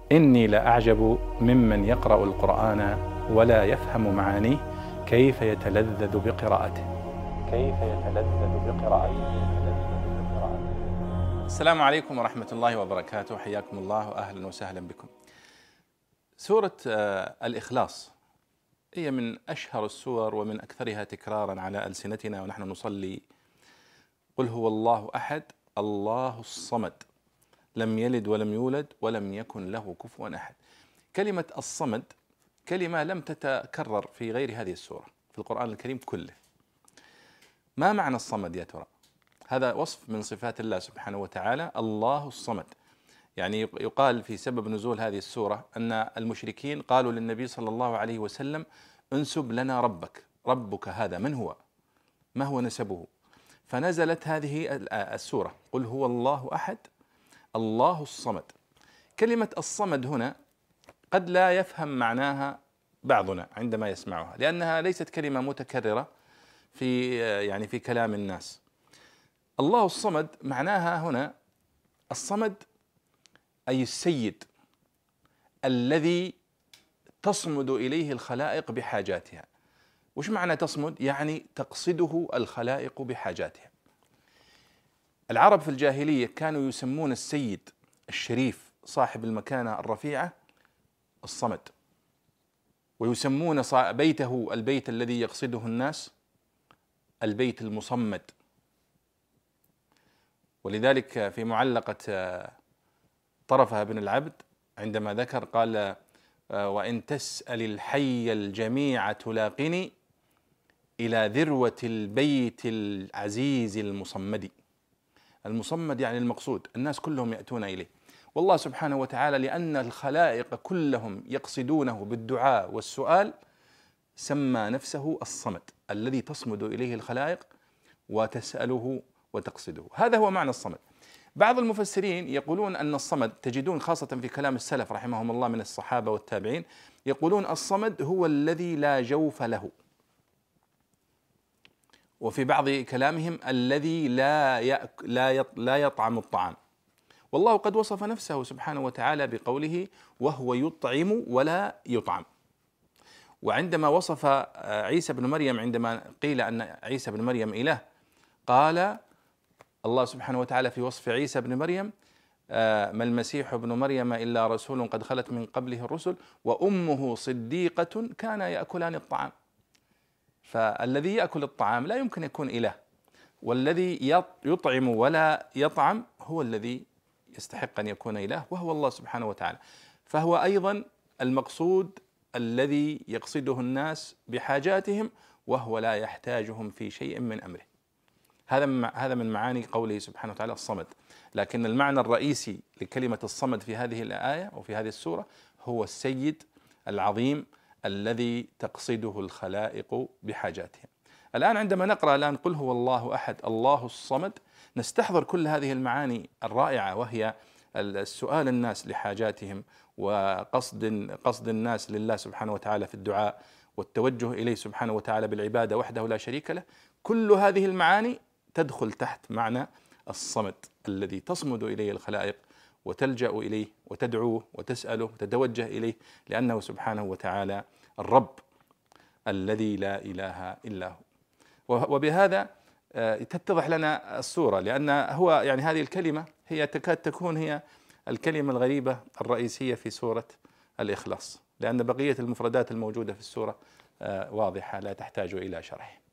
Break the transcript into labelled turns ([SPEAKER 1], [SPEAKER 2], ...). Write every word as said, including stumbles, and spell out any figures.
[SPEAKER 1] إني لأعجب ممن يقرأ القرآن ولا يفهم معانيه كيف يتلذذ بقراءته كيف يتلذذ بقراءته السلام عليكم ورحمة الله وبركاته، حياكم الله وأهلا وسهلا بكم. سورة الإخلاص هي من أشهر السور ومن أكثرها تكرارا على ألسنتنا ونحن نصلي. قل هو الله أحد الله الصمد لم يلد ولم يولد ولم يكن له كفوا أحد. كلمة الصمد كلمة لم تتكرر في غير هذه السورة في القرآن الكريم كله. ما معنى الصمد يا ترى؟ هذا وصف من صفات الله سبحانه وتعالى، الله الصمد. يعني يقال في سبب نزول هذه السورة أن المشركين قالوا للنبي صلى الله عليه وسلم: انسب لنا ربك، ربك هذا من هو؟ ما هو نسبه؟ فنزلت هذه السورة: قل هو الله أحد الله الصمد. كلمة الصمد هنا قد لا يفهم معناها بعضنا عندما يسمعها، لأنها ليست كلمة متكررة في يعني في كلام الناس. الله الصمد معناها هنا الصمد أي السيد الذي تصمد إليه الخلائق بحاجاتها. وش معنى تصمد؟ يعني تقصده الخلائق بحاجاتها. العرب في الجاهلية كانوا يسمون السيد الشريف صاحب المكانة الرفيعة الصمد، ويسمون بيته البيت الذي يقصده الناس البيت المصمد. ولذلك في معلقة طرفها بن العبد عندما ذكر قال: وإن تسأل الحي الجميع تلاقني إلى ذروة البيت العزيز المصمد. المصمد يعني المقصود، الناس كلهم يأتون إليه. والله سبحانه وتعالى لأن الخلائق كلهم يقصدونه بالدعاء والسؤال سمى نفسه الصمد الذي تصمد إليه الخلائق وتسأله وتقصده. هذا هو معنى الصمد. بعض المفسرين يقولون أن الصمد، تجدون خاصة في كلام السلف رحمهم الله من الصحابة والتابعين، يقولون الصمد هو الذي لا جوف له. وفي بعض كلامهم الذي لا لا لا يطعم الطعام. والله قد وصف نفسه سبحانه وتعالى بقوله: وهو يطعم ولا يطعم. وعندما وصف عيسى بن مريم، عندما قيل أن عيسى بن مريم إله، قال الله سبحانه وتعالى في وصف عيسى بن مريم: ما المسيح ابن مريم إلا رسول قد خلت من قبله الرسل وأمه صديقة كان يأكلان الطعام. فالذي يأكل الطعام لا يمكن يكون إله، والذي يطعم ولا يطعم هو الذي يستحق أن يكون إله، وهو الله سبحانه وتعالى. فهو أيضا المقصود الذي يقصده الناس بحاجاتهم وهو لا يحتاجهم في شيء من أمره. هذا هذا من معاني قوله سبحانه وتعالى الصمد. لكن المعنى الرئيسي لكلمة الصمد في هذه الآية وفي هذه السورة هو السيد العظيم الذي تقصده الخلائق بحاجاتهم. الآن عندما نقرأ الآن قل هو الله أحد الله الصمد، نستحضر كل هذه المعاني الرائعة، وهي السؤال الناس لحاجاتهم وقصد قصد الناس لله سبحانه وتعالى في الدعاء والتوجه إليه سبحانه وتعالى بالعبادة وحده لا شريك له. كل هذه المعاني تدخل تحت معنى الصمد الذي تصمد إليه الخلائق وتلجأ إليه وتدعوه وتسأله وتتوجه إليه، لأنه سبحانه وتعالى الرب الذي لا إله إلا هو. وبهذا تتضح لنا الصورة، لأن هو يعني هذه الكلمة هي تكاد تكون هي الكلمة الغريبة الرئيسية في سورة الإخلاص، لأن بقية المفردات الموجودة في السورة واضحة لا تحتاج إلى شرح.